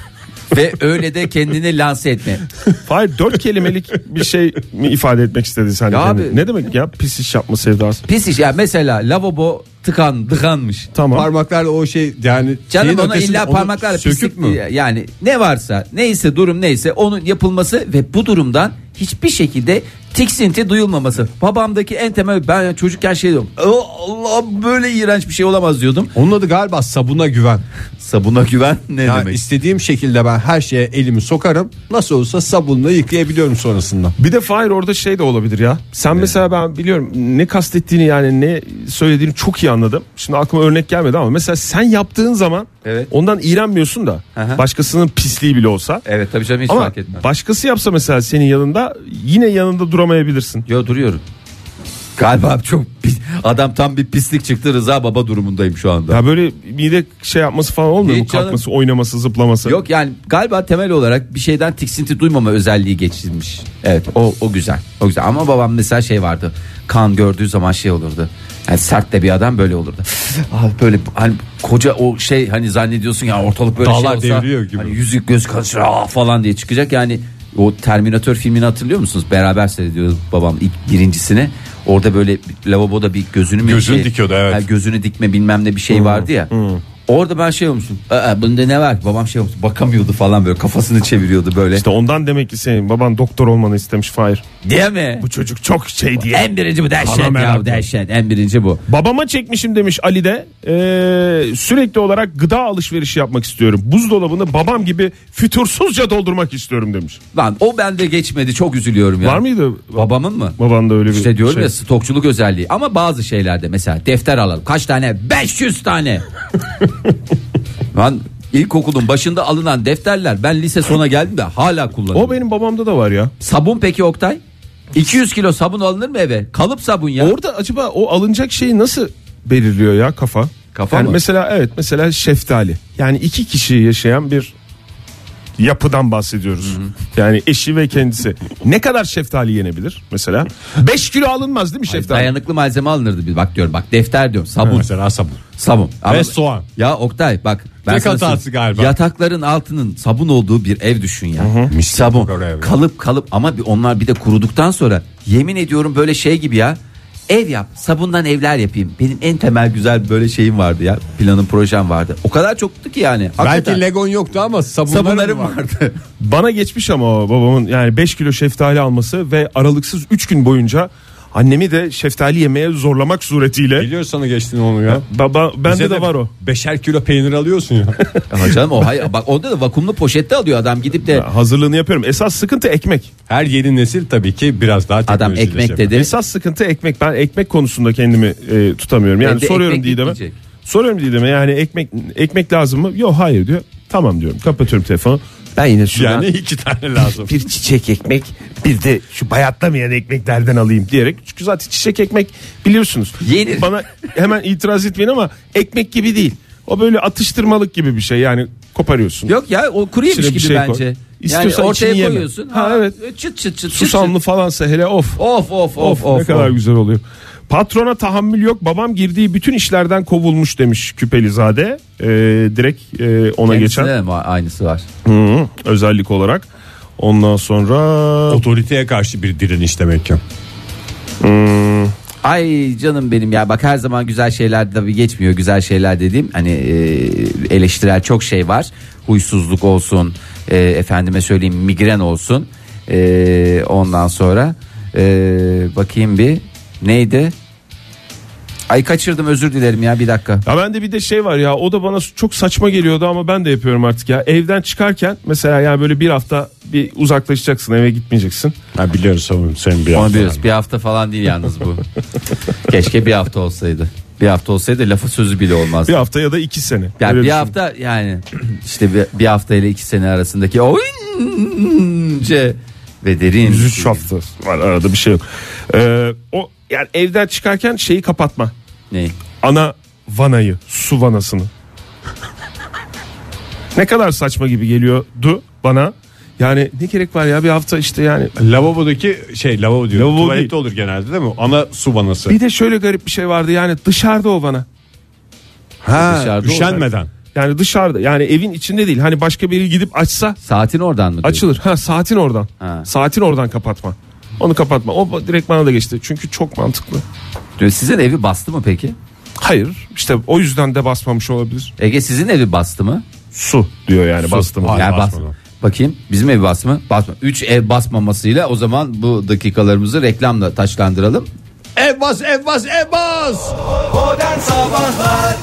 ve öyle de kendini lanse etme. Hayır, dört kelimelik bir şey mi ifade etmek istedi sen? Ya kendine? abi- Ne demek ya pis iş yapma sevdası? Pis iş ya, mesela lavabo tıkan tıkanmış. Tamam. Parmaklarla o şey yani Canım şeyin ona ötesinde illa onu parmaklarla söküp pislik mü? diye- yani ne varsa neyse durum neyse onun yapılması ve bu durumdan hiçbir şekilde tiksinti duyulmaması. Babamdaki en temel, ben çocukken şey diyordum. Allah, böyle iğrenç bir şey olamaz diyordum. Onun adı galiba sabuna güven. Sabuna güven ne Yani demek? istediğim şekilde ben her şeye elimi sokarım. Nasıl olsa sabunla yıkayabiliyorum sonrasında. Bir de Fahir orada şey de olabilir ya. Sen mesela, ben biliyorum ne kastettiğini, yani ne söylediğini çok iyi anladım. Şimdi aklıma örnek gelmedi ama mesela sen yaptığın zaman Evet. ondan iğrenmiyorsun da Aha. başkasının pisliği bile olsa. Evet tabii canım, hiç Ama fark etmez. başkası yapsa mesela senin yanında, yine yanında duramayabilirsin. Yo, duruyorum. Galiba çok pis, adam tam bir pislik çıktı, Rıza Baba durumundayım şu anda. Ya böyle mide şey yapması falan olmuyor mu? Hiç canım. Kalkması, oynaması, zıplaması. Yok yani galiba temel olarak bir şeyden tiksinti duymama özelliği geçirmiş. Evet, o o güzel. O güzel. Ama babam mesela şey vardı. Kan gördüğü zaman şey olurdu. Yani sert de bir adam böyle olurdu. Abi böyle hani koca o şey, hani zannediyorsun ya ortalık böyle Dağlar şey olsa devriyor gibi. hani yüzük göz karışır ah falan diye çıkacak. Yani o Terminator filmini hatırlıyor musunuz? Beraber seyrediyoruz babam ilk birincisini. Orada böyle lavaboda bir gözünü mü Gözünü şey- dikiyordu, evet. Ha, gözünü dikme bilmem ne bir şey vardı ya. Orada ben şey olmuştum. Aa, bunda ne var? Babam şey olmuş, bakamıyordu falan, böyle kafasını çeviriyordu böyle. İşte ondan demek ki senin baban doktor olmanı istemiş Fahir. Değil mi? Bu çocuk çok şey diye. En birinci bu, Bana dehşet merak ya, dehşet. En birinci bu. Babama çekmişim demiş Ali de. Ee, sürekli olarak gıda alışverişi yapmak istiyorum. Buzdolabını babam gibi fütursuzca doldurmak istiyorum demiş. Lan o bende geçmedi, çok üzülüyorum ya. Var mıydı Babamın mı? babanda öyle bir İşte diyorum şey? ya, stokçuluk özelliği. Ama bazı şeylerde mesela defter alalım. Kaç tane? beş yüz tane. Lan ilkokulun başında alınan defterler, ben lise sona geldim de hala kullanıyorum. O benim babamda da var ya. Sabun peki Oktay? iki yüz kilo sabun alınır mı eve? Kalıp sabun ya. Orada acaba o alınacak şeyi nasıl belirliyor ya kafa? Kafa yani mı? mesela evet, mesela şeftali. Yani iki kişi yaşayan bir yapıdan bahsediyoruz. Hı-hı. Yani eşi ve kendisi. Ne kadar şeftali yenebilir mesela? beş kilo alınmaz değil mi şeftali? Dayanıklı malzeme alınırdı bir bak diyorum bak defter diyorum sabun. Mesela sabun. Sabun. Ve soğan. Ya Oktay bak. Tek hatası galiba. Yatakların altının sabun olduğu bir ev düşün ya. Hı-hı. Sabun kalıp kalıp ama bir, onlar bir de kuruduktan sonra yemin ediyorum böyle şey gibi ya. Ev yap, sabundan evler yapayım. Benim en temel güzel böyle şeyim vardı ya. Planım, projem vardı. O kadar çoktu ki yani. Hakikaten. Belki Legon yoktu ama sabunlarım, sabunlarım vardı. vardı. Bana geçmiş ama o babamın yani beş kilo şeftali alması ve aralıksız üç gün boyunca annemi de şeftali yemeye zorlamak suretiyle. Biliyorsun sana geçtiğini onu ya. Baba bende Bize de, de var o. Beşer kilo peynir alıyorsun ya. Ama canım o hayır bak onda da vakumlu poşette alıyor adam gidip de. Ya, hazırlığını yapıyorum. Esas sıkıntı ekmek. Her yeni nesil tabii ki biraz daha adam ekmek dedi. Esas sıkıntı ekmek. Ben ekmek konusunda kendimi e, tutamıyorum. Yani Evde soruyorum Didem'e. Soruyorum Didem'e yani ekmek ekmek lazım mı? Yok hayır diyor. Tamam diyorum. Kapatıyorum telefonu. Ben yine şuradan yani iki tane lazım. Bir çiçek ekmek, bir de şu bayatlamayan ekmeklerden alayım diyerek. Çünkü zaten çiçek ekmek biliyorsunuz. Yenir. Bana hemen itiraz etmeyin ama ekmek gibi değil. O böyle atıştırmalık gibi bir şey. Yani koparıyorsun. Yok ya o kuru yemiş gibi şey bence. İstiyorsan yani ortaya içini yeme. koyuyorsun. Ha, ha, evet. Çıt çıt çıt. Susamlı çıt, çıt. falansa hele of. Of of of Of, of. ne of, kadar of. güzel oluyor. Patrona tahammül yok. Babam girdiği bütün işlerden kovulmuş demiş Küpelizade. Ee, direkt e, ona Kendisine geçen. de aynısı var. Hı, özellik olarak. Ondan sonra otoriteye karşı bir direniş demek ki. Hmm. Ay canım benim ya bak her zaman güzel şeyler tabii geçmiyor. Güzel şeyler dediğim hani e, eleştirel çok şey var. Huysuzluk olsun, e, efendime söyleyeyim migren olsun. E, ondan sonra e, bakayım bir neydi? Ay kaçırdım özür dilerim ya bir dakika. Ya bende bir de şey var ya o da bana çok saçma geliyordu ama ben de yapıyorum artık ya. Evden çıkarken mesela yani böyle bir hafta bir uzaklaşacaksın, eve gitmeyeceksin. Ha biliyoruz senin bir Onu hafta. biliyoruz. Bir hafta falan değil yalnız bu. Keşke bir hafta olsaydı. Bir hafta olsaydı lafı sözü bile olmazdı. Bir hafta ya da iki sene. Yani Öyle bir düşün. hafta yani işte bir, bir hafta ile iki sene arasındaki o ince ve derin. yüz üç hafta var arada bir şey yok. Ee, o yani evden çıkarken şeyi kapatma. Ne? Ana vanayı, su vanasını. Ne kadar saçma gibi geliyordu bana. Yani ne gerek var ya bir hafta işte yani. Lavabodaki şey lavabo diyor. Lavabo Tuvalette değil. olur genelde değil mi? Ana su vanası. Bir de şöyle garip bir şey vardı yani dışarıda o vana. Ha, Dışarıda üşenmeden. Yani dışarıda yani evin içinde değil. Hani başka biri gidip açsa Saatin oradan mı? diyor? açılır. Ha saatin oradan. Ha. Saatin oradan kapatma. Onu kapatma. O direkt bana da geçti. Çünkü çok mantıklı. Diyor, sizin evi bastı mı peki? Hayır. İşte o yüzden de basmamış olabilir. Ege sizin evi bastı mı? Su diyor yani bastı mı? Hayır, Yani bas. basmadı. Bakayım bizim ev basma mı? Basma. üç ev basmamasıyla o zaman bu dakikalarımızı reklamla taçlandıralım. Ev bas ev bas ev bas. Modern Sabahlar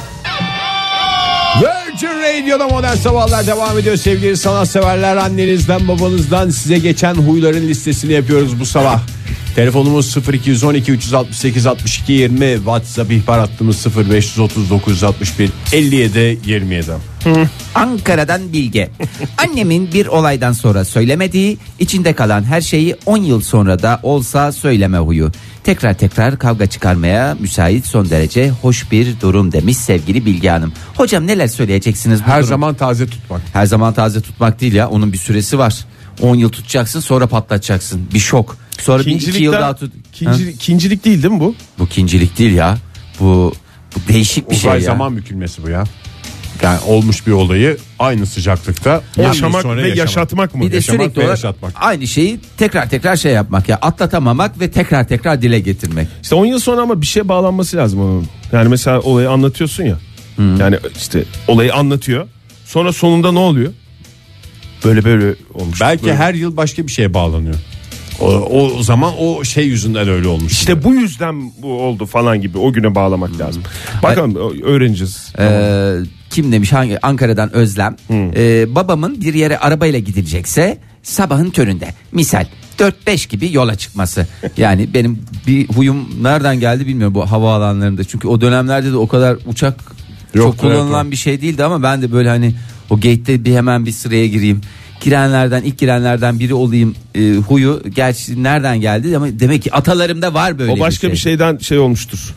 Virgin Radio'da Modern Sabahlar devam ediyor sevgili sanatseverler. Annenizden babanızdan size geçen huyların listesini yapıyoruz bu sabah. Telefonumuz sıfır iki on iki üç altı sekiz altmış iki yirmi, WhatsApp ihbar hattımız sıfır beş otuz dokuz altmış bir elli yedi yirmi yedi. Ankara'dan Bilge. Annemin bir olaydan sonra söylemediği, içinde kalan her şeyi on yıl sonra da olsa söyleme huyu. Tekrar tekrar kavga çıkarmaya müsait son derece hoş bir durum demiş sevgili Bilge Hanım. Hocam neler söyleyeceksiniz bu Her durum? zaman taze tutmak. Her zaman taze tutmak değil ya, onun bir süresi var. on yıl tutacaksın, sonra patlatacaksın. Bir şok. Sonra bir iki yıl daha tut. Kinci, Ha? kincilik değil değil mi bu? Bu kincilik değil ya. Bu, bu değişik bir Uzay şey ya. zaman bükülmesi bu ya. Yani olmuş bir olayı aynı sıcaklıkta Yaşamak ve yaşatmak mı? Bir de Yaşamak sürekli ve olarak yaşatmak. aynı şeyi tekrar tekrar şey yapmak ya, atlatamamak ve tekrar tekrar dile getirmek. İşte on yıl sonra ama bir şeye bağlanması lazım onun. Yani mesela olayı anlatıyorsun ya. Yani işte olayı anlatıyor. Sonra sonunda ne oluyor? Böyle böyle olmuş. Belki Böyle. her yıl başka bir şeye bağlanıyor. O, o zaman o şey yüzünden öyle olmuş. İşte bu yüzden bu oldu falan gibi o güne bağlamak lazım. Bakalım öğreneceğiz. Ee, kim demiş, hangi? Ankara'dan Özlem. Ee, babamın bir yere arabayla gidilecekse sabahın köründe, misal dört beş gibi yola çıkması. Yani benim bir huyum nereden geldi bilmiyorum bu havaalanlarında. Çünkü o dönemlerde de o kadar uçak çok Yoktu, kullanılan evet. bir şey değildi ama ben de böyle hani o gate'te bir hemen bir sıraya gireyim. Girenlerden, ilk girenlerden biri olayım e, huyu gerçi nereden geldi ama demek ki atalarımda var böyle O başka bir bir şey. şeyden şey olmuştur.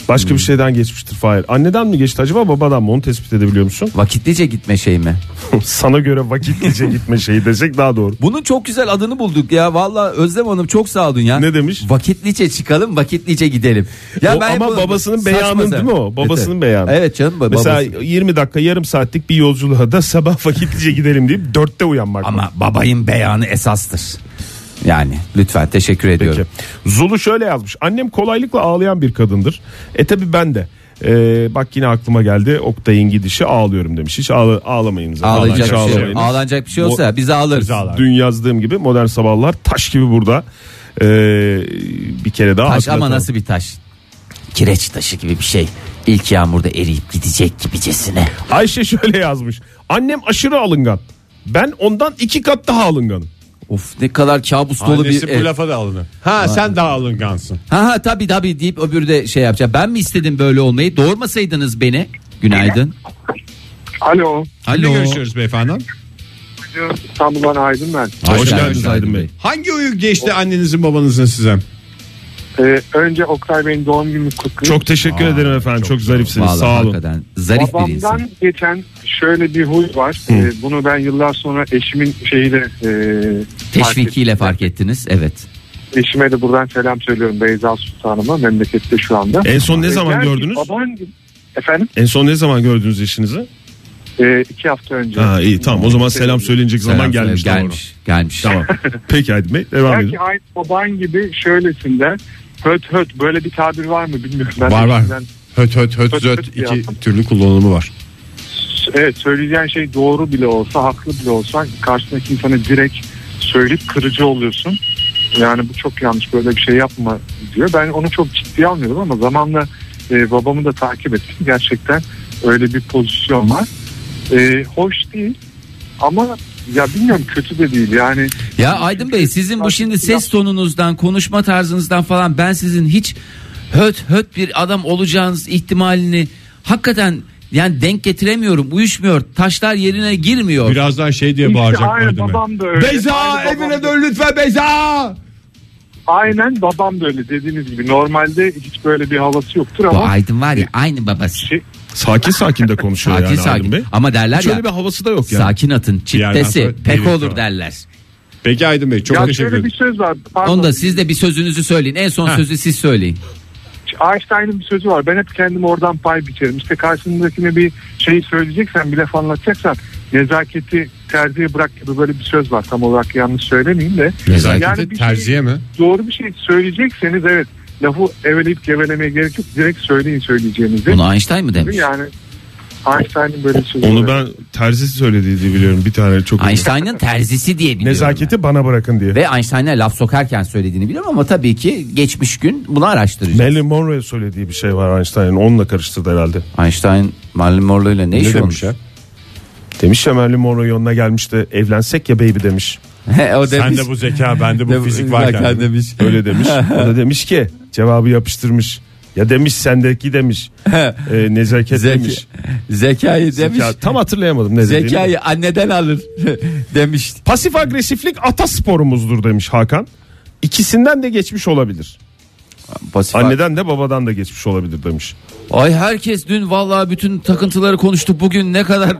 Başka bir şeyden geçmiştir Fahir. Anneden mi geçti acaba, babadan mı, onu tespit edebiliyor musun? Vakitlice gitme şey mi? Sana göre vakitlice gitme şeyi desek daha doğru. Bunun çok güzel adını bulduk ya. Vallahi Özlem Hanım çok sağ olun ya. Ne demiş? Vakitlice çıkalım, vakitlice gidelim. Ya O ama bu- babasının saçma beyanı sapan. değil mi o? Babasının Evet. beyanı. Evet canım. Mesela babası. yirmi dakika yarım saatlik bir yolculuğa da sabah vakitlice gidelim deyip dörtte uyanmak. Ama var. babayın beyanı esastır. Yani lütfen, teşekkür ediyorum. Peki. Zulu şöyle yazmış. Annem kolaylıkla ağlayan bir kadındır. E tabi ben de. Ee, bak yine aklıma geldi. Oktay'ın gidişi, ağlıyorum demiş. Hiç ağla, ağlamayınız. Ağlayacak bir şey yok. Ağlamayınız. Ağlanacak bir şey olsa biz ağlarız. Dün yazdığım gibi Modern Sabahlar taş gibi burada. Ee, bir kere daha Taş ama hatırlatalım. nasıl bir taş? Kireç taşı gibi bir şey. İlk yağmurda eriyip gidecek gibicesine. Ayşe şöyle yazmış. Annem aşırı alıngan. Ben ondan iki kat daha alınganım. Of, ne kadar kabus dolu Annesi bir bu ev. lafa da alınır. Ha sen daha alıngansın. Ha ha tabii tabii deyip öbürü de şey yapacak. Ben mi istedim böyle olmayı? Doğurmasaydınız beni. Günaydın. Alo. Kimle Alo. görüşüyoruz beyefendi? İstanbul'dan Aydın ben. Hoş, Hoş geldiniz geldiniz Aydın Bey. Hangi uyu geçti annenizin babanızın size? Ee, önce Oktay Bey'in doğum gününü kutlayayım. Çok teşekkür Aa, ederim efendim. Çok, çok zarifsiniz. Vallahi Sağ olun. hakikaten zarif bir insan. Babamdan geçen şöyle bir huy var. Ee, bunu ben yıllar sonra eşimin şeyiyle e, Teşvikiyle fark fark ettiniz. Evet. ettim. Eşime de buradan selam söylüyorum, Beyza Sultanıma, memlekette şu anda. En son ne zaman Der ki, gördünüz? Baban gibi. Efendim? En son ne zaman gördünüz eşinizi? Ee, iki hafta önce. Ha iyi tamam, o zaman selam söylenecek zaman Selam gelmiş. söyle- gelmiş. Gelmiş. Tamam. Peki Aydın Bey devam edin. Belki aynı baban gibi şöylesinden höt höt, böyle bir tabir var mı bilmiyorum. Ben Var de var. eskiden- Höt höt höt Höt zöt höt iki yaptım. türlü kullanımı var. Evet, söyleyeceğin şey doğru bile olsa, haklı bile olsa karşındaki insana direkt söyleyip kırıcı oluyorsun. Yani bu çok yanlış, böyle bir şey yapma diyor. Ben onu çok ciddiye almıyorum ama zamanla e, babamı da takip ettim. Gerçekten öyle bir pozisyon var. E, hoş değil ama ya bilmiyorum, kötü de değil yani. Ya Aydın Bey, sizin bu şimdi ses tonunuzdan, konuşma tarzınızdan falan ben sizin hiç höt höt bir adam olacağınız ihtimalini hakikaten yani denk getiremiyorum. Uyuşmuyor. Taşlar yerine girmiyor. Birazdan şey diye İşte bağıracak aynı Aydın Bey. babam da öyle. Beyza Aynı babam evine da- dön lütfen Beyza. Aynen babam da öyle, dediğiniz gibi. Normalde hiç böyle bir havası yoktur Bu ama Aydın var ya, aynı babası. şey, Sakin sakin de konuşuyor Sakin yani Aydın sakin. Bey. Ama derler Hiç ya, öyle bir havası da yok yani. sakin atın yerden çiftesi sonra pek delik olur var. derler. Peki Aydın Bey çok ya teşekkür şöyle ederim. bir söz var. Pardon. Onda siz de bir sözünüzü söyleyin. En son Heh. sözü siz söyleyin. Einstein'ın bir sözü var. Ben hep kendim oradan pay biçerim. İşte karşısındakine bir şey söyleyeceksen, bir laf anlatacaksan nezaketi terziye bırak gibi böyle bir söz var. Tam olarak yanlış söylemeyeyim de. Nezaketi Yani bir terziye mi? Doğru bir şey söyleyecekseniz evet, lafı eveleyip gevelemeye gerek yok. Direkt söyleyin söyleyeceğinizi. Bunu Einstein mı demiş? Yani Einstein'ın böyle bir sözü Onu var. ben terzisi söylediği diye biliyorum bir tane çok. Einstein'ın terzisi diye biliyorum. Nezaketi bana bırakın diye. Ve Einstein'a laf sokarken söylediğini biliyorum ama tabii ki geçmiş gün bunu araştıracağız. Marilyn Monroe'ya söylediği bir şey var Einstein'ın, onunla karıştırdı herhalde. Einstein Marilyn Monroe ile ne, Ne iş demiş olmuş? ya? Demiş ya Marilyn Monroe yanına gelmiş de evlensek ya baby demiş. o Sen de bu zeka, bende bu fizik varken. demiş. Öyle demiş. O da demiş ki cevabı yapıştırmış. Ya demiş sendeki demiş. e, nezaket Zeki, demiş. zekayı demiş. Zeka, tam hatırlayamadım ne dediğini. Zekayı anneden alır demiş. Pasif agresiflik atasporumuzdur demiş Hakan. İkisinden de geçmiş olabilir. Pasif Anneden de babadan da geçmiş olabilir demiş. Ay herkes dün vallahi bütün takıntıları konuştuk. Bugün ne kadar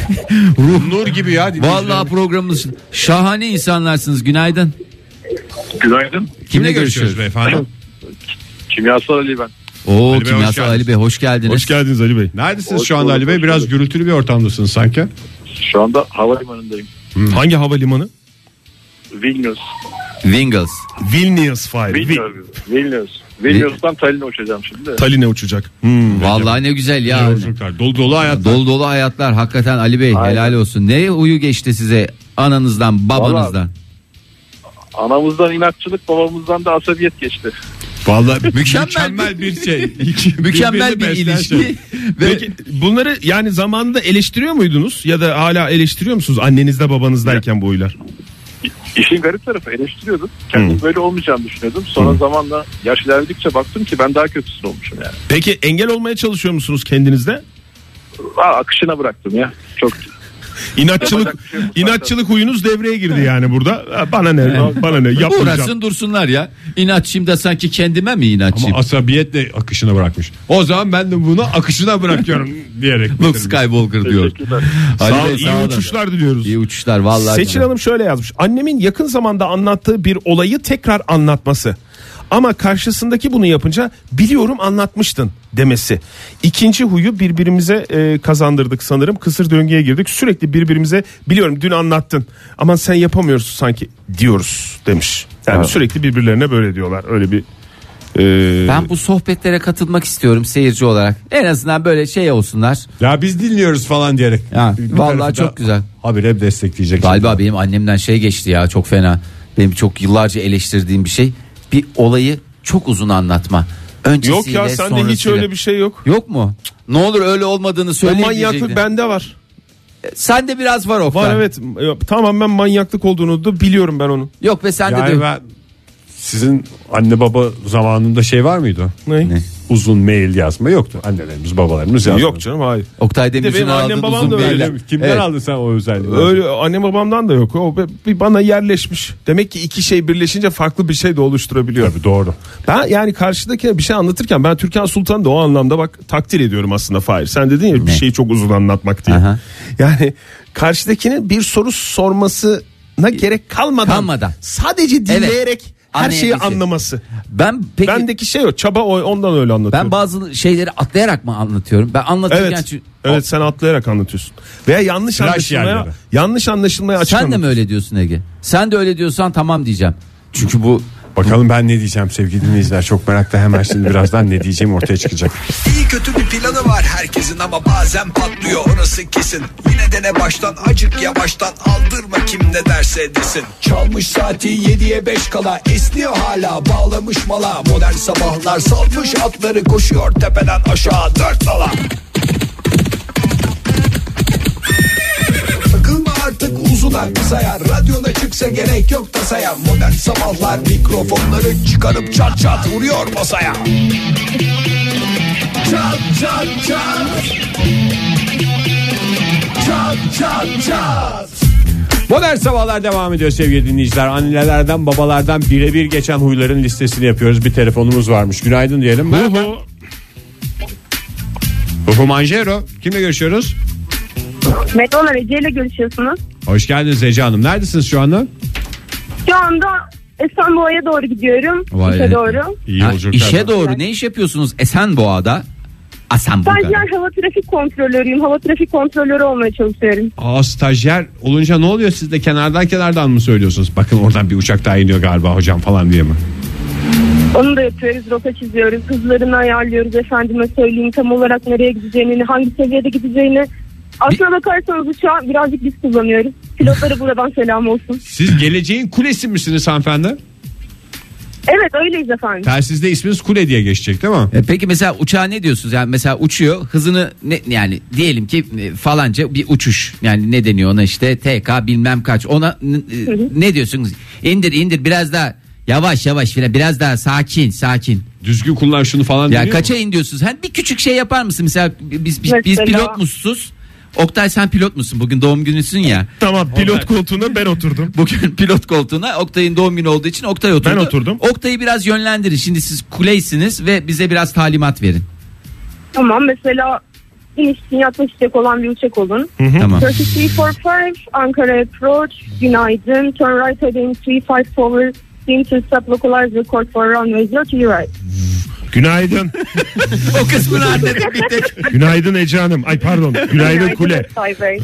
ruh Nur gibi ya. vallahi programımız şahane insanlarsınız. Günaydın. Günaydın. Kimle görüşüyoruz? beyefendi? Kimyasal Ali ben. Oo Ali Bey, hoş Kimyasal geldiniz. Ali Bey hoş geldiniz. Hoş geldiniz Ali Bey. Neredesiniz Hoş şu anda bulduk, Ali Bey? hoş Biraz bulduk. gürültülü bir ortamdasınız sanki. Şu anda havalimanındayım. Hangi havalimanı? Vilnius. Wingles. Vilnius Fire. Vilnius. Vilnius. Vilnius'tan Tallinn'e uçacağım şimdi. Tallinn'e uçacak. Hmm. Vallahi ne güzel ya. Yolculuklar, dolu dolu hayatlar. Dolu dolu hayatlar hakikaten Ali Bey, Aynen. helal olsun. Ne uyu geçti size ananızdan babanızdan. Anamızdan inatçılık, babamızdan da asabiyet geçti. Vallahi Mükemmel mükemmel bir- bir şey. İki- Mükemmel birbirini bir besleyen ilişki. şey. Ve Peki bunları yani zamanında eleştiriyor muydunuz ya da hala eleştiriyor musunuz annenizde babanızdayken bu huylar? İşin garip tarafı eleştiriyordum. Kendim Hı. böyle olmayacağını düşünüyordum. Sonra zamanla yaş ilerledikçe baktım ki ben daha kötüsü olmuşum yani. Peki engel olmaya çalışıyor musunuz kendinizde? Aa, akışına bıraktım ya. Çok İnatçılık Yapacak bir şey yok. inatçılık huyunuz devreye girdi yani burada. Ha, Bana ne? Bana ne? Yapmayacağım. Uğraşsın dursunlar ya. İnatçıyım da sanki kendime mi inatçıyım? Ama asabiyetle akışına bırakmış. O zaman ben de bunu akışına bırakıyorum diyerek. Luke Skywalker diyor. Teşekkürler. Ali Sağ ol, Bey, iyi sağ olun. uçuşlar diliyoruz. İyi uçuşlar vallahi. Seçil güzel. Hanım şöyle yazmış. Annemin yakın zamanda anlattığı bir olayı tekrar anlatması. Ama karşısındaki bunu yapınca biliyorum anlatmıştın demesi. İkinci huyu birbirimize e, kazandırdık sanırım. Kısır döngüye girdik. Sürekli birbirimize biliyorum dün anlattın ama sen yapamıyorsun sanki diyoruz demiş. Yani Evet. sürekli birbirlerine böyle diyorlar. Öyle bir e, Ben bu sohbetlere katılmak istiyorum seyirci olarak. En azından böyle şey olsunlar. Ya biz dinliyoruz falan diyerek. Ya, Bir vallahi tarafı çok da güzel. Habire destekleyecek. Galiba benim annemden şey geçti ya, çok fena. Benim çok yıllarca eleştirdiğim bir şey. Bir olayı çok uzun anlatma. Öncesiyle, yok ya sende hiç sonrasıyla. öyle bir şey yok. Yok mu? Cık, ne olur öyle olmadığını O söyle. manyaklık bende var. Sende biraz var Oktay. Var evet. Tamamen manyaklık olduğunu da biliyorum ben onun. Yok be sende Yani de. ben sizin anne baba zamanında şey var mıydı? Ne? Ne? Uzun mail yazma yoktu. Annelerimiz babalarımız yazmadı. Yok canım hayır. Oktay Bir de Demirci'nin benim annem aldığı babam uzun da öyle. mailler. Öyle mi? Kimden Evet. aldın sen o özelliği? Öyle anne babamdan da yok. O bir bana yerleşmiş. Demek ki iki şey birleşince farklı bir şey de oluşturabiliyor. Tabii doğru. Ben yani karşıdakine bir şey anlatırken ben Türkan Sultan'ı da o anlamda bak takdir ediyorum aslında Fahir. Sen dedin ya bir Ne? şeyi çok uzun anlatmak diye. Aha. Yani karşıdakinin bir soru sormasına gerek kalmadan, Kalmadan. sadece dinleyerek her şeyi Anlayabilse. anlaması. Ben peki Bendeki şey o. Çaba o, ondan öyle anlatıyorum. ben bazı şeyleri atlayarak mı anlatıyorum? Ben anlatırken Evet. çünkü- Evet sen atlayarak anlatıyorsun. Veya yanlış Tıraş anlaşılmaya yerleri. yanlış anlaşılmaya açık Sen de mi anlatıyorsun. öyle diyorsun Ege? Sen de öyle diyorsan tamam diyeceğim. Çünkü bu Bakalım ben ne diyeceğim sevgili dinleyiciler. Çok merakla hemen şimdi birazdan ne diyeceğim ortaya çıkacak. İyi kötü bir planı var herkesin ama bazen patlıyor orası kesin. Yine de ne baştan acık yavaştan aldırma kim ne derse desin. Çalmış saati yediye beş kala esniyor hala bağlamış mala. Modern sabahlar salmış atları koşuyor tepeden aşağı dört nala. Takılma artık uzuna kısaya, radyona çıksa gerek yok tasaya. Modern sabahlar mikrofonları çıkarıp çat çat vuruyor masaya. Çat çat çat. Çat çat çat. Modern Sabahlar devam ediyor sevgili dinleyiciler. Annelerden babalardan birebir geçen huyların listesini yapıyoruz. Bir telefonumuz varmış. Günaydın diyelim. Merhaba. Huhu Manjero. Kimle görüşüyoruz? Meteorlar Ece ile görüşüyorsunuz. Hoş geldiniz Ece Hanım. Neredesiniz şu anda? Şu anda Esenboğa'ya doğru gidiyorum. Vay İşe be. doğru. İyi Ha, yolculuklar. işe doğru ne iş yapıyorsunuz Esenboğa'da? Asenboğa'da. Stajyer hava trafik kontrolörüyüm. Hava trafik kontrolörü olmaya çalışıyorum. Aa, stajyer olunca ne oluyor? Siz de kenardan kenardan mı söylüyorsunuz? Bakın oradan bir uçak daha iniyor galiba hocam falan diye mi? Onu da yapıyoruz. Rota çiziyoruz. Hızlarını ayarlıyoruz. Efendime söyleyeyim tam olarak nereye gideceğini, hangi seviyede gideceğini. Aslına bakarsanız uçağı birazcık biz kullanıyoruz. Pilotlara buradan selam olsun. Siz geleceğin kulesi misiniz hanımefendi? Evet öyleyiz efendim. Telsizde isminiz Kule diye geçecek değil mi? E, Peki mesela uçağa ne diyorsunuz? Yani mesela uçuyor hızını ne, yani diyelim ki e, falanca bir uçuş. Yani ne deniyor ona işte T K bilmem kaç. Ona n- e, ne diyorsunuz? İndir indir biraz daha yavaş yavaş filan biraz daha sakin sakin. Düzgün kullan şunu falan Ya deniyor kaça mu? in diyorsunuz? Hani bir küçük şey yapar mısın? Mesela biz biz, biz Mesela- pilot musunuz? Oktay sen pilot musun? Bugün doğum günüsün ya. Tamam pilot koltuğuna ben oturdum. Bugün pilot koltuğuna Oktay'ın doğum günü olduğu için Oktay oturdu. Ben oturdum. Oktay'ı biraz yönlendirin. Şimdi siz kuleysiniz ve bize biraz talimat verin. Tamam mesela iniş için yaklaşacak olan bir uçak olun. Tamam. üç üç dört beş Ankara approach. Günaydın. Turn right heading üç beş forward. Steam to stop localized record for runway zero to your right. Günaydın. O kısmını hallettik bittik. Günaydın Ece Hanım. Ay pardon. Günaydın Kule. Oktay Bey.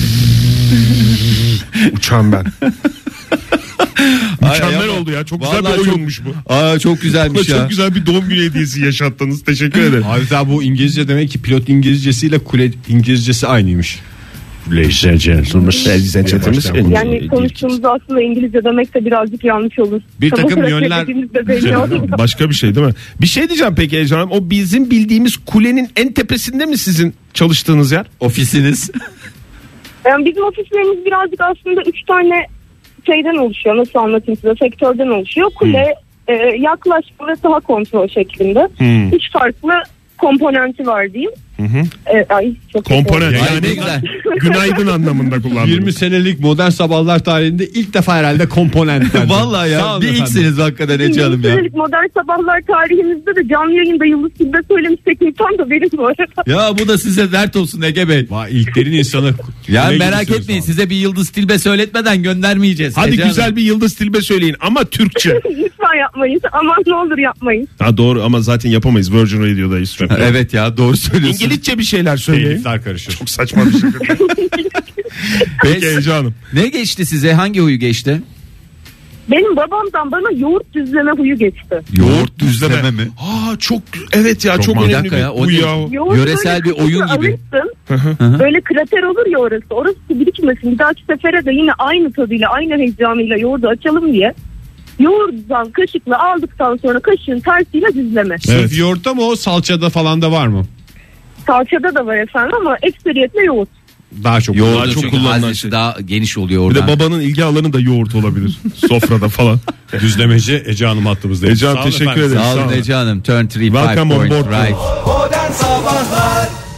Uçağım ben. Mükemmel Ay, oldu ya. Çok güzel Vallahi bir çok- oyunmuş bu. Aa çok güzelmiş ya. Çok güzel bir doğum günü hediyesi yaşattınız. Teşekkür ederim. Hatta bu İngilizce demek ki pilot İngilizcesiyle Kule İngilizcesi aynıymış. Ladies and gentlemen. Ladies and gentlemen. Yani konuştuğumuzda aslında İngilizce demek de birazcık yanlış olur. Bir Tam takım olarak yönler- ne dediğimiz de belli olmuyor. Başka bir şey değil mi? Bir şey diyeceğim peki Ece Hanım. O bizim bildiğimiz kulenin en tepesinde mi sizin çalıştığınız yer? Ofisiniz. Yani bizim ofislerimiz birazcık aslında üç tane şeyden oluşuyor. Nasıl anlatayım size? Sektörden oluşuyor. Kule, Hmm. e, yaklaşma ve saha kontrol şeklinde. Hmm. Üç farklı komponenti var diyeyim. Evet, ay, çok Komponent kötü oldu. yani ne güzel. günaydın anlamında kullandım. yirmi senelik modern sabahlar tarihinde ilk defa herhalde komponentler. Vallahi ya Sağ olun bir efendim. ilksiniz hakikaten Ece Hanım ya. Üstelik modern sabahlar tarihimizde de canlı yayında Yıldız Tilbe söylemiştik. İnsan da benim bu arada. Ya bu da size dert olsun Ege Bey. Vay, ilklerin insanı. Ya Ne merak gibisiniz etmeyin abi? size bir Yıldız Tilbe söyletmeden göndermeyeceğiz. Hadi Ece güzel Hanım. bir Yıldız Tilbe söyleyin ama Türkçe. Lütfen yapmayın. Aman ne olur yapmayın. Ha doğru ama zaten yapamayız, Virgin Radio'dayız çünkü. Evet ya doğru söylüyorsun. İngilizce bir şeyler söyleyin. Telifler karışır. Çok saçma bir şey. Peki Ece Hanım. Ne geçti size? Hangi huyu geçti? Benim babamdan bana yoğurt düzleme huyu geçti. Yoğurt düzleme mi? Aa çok evet ya çok, Çok önemli dakika bir ya, o bu değil. ya. Yoğurt Yöresel böyle bir oyun kısmı gibi. alırsın. Böyle krater olur ya orası. Orası birikmesin. Bir dahaki sefere de yine aynı tadıyla aynı heyecanıyla yoğurdu açalım diye. Yoğurdan kaşıkla aldıktan sonra kaşığın tersiyle düzleme. Sırf yoğurtta mı o, salçada falan da var mı? Salçada da var efendim ama ekseriyetle yoğurt. Daha çok. Yoğurdu Daha çok çünkü kullanılan haznesi şey. daha geniş oluyor Bir de oradan. babanın ilgi alanı da yoğurt olabilir. Sofrada falan. Düzlemeci Ece Hanım hattımızda. Ece Hanım, Sağ olun teşekkür efendim. ederim. Sağ Sağ olun olun. Ece Hanım. Turn three Welcome five on points board. right. Modern Sabahlar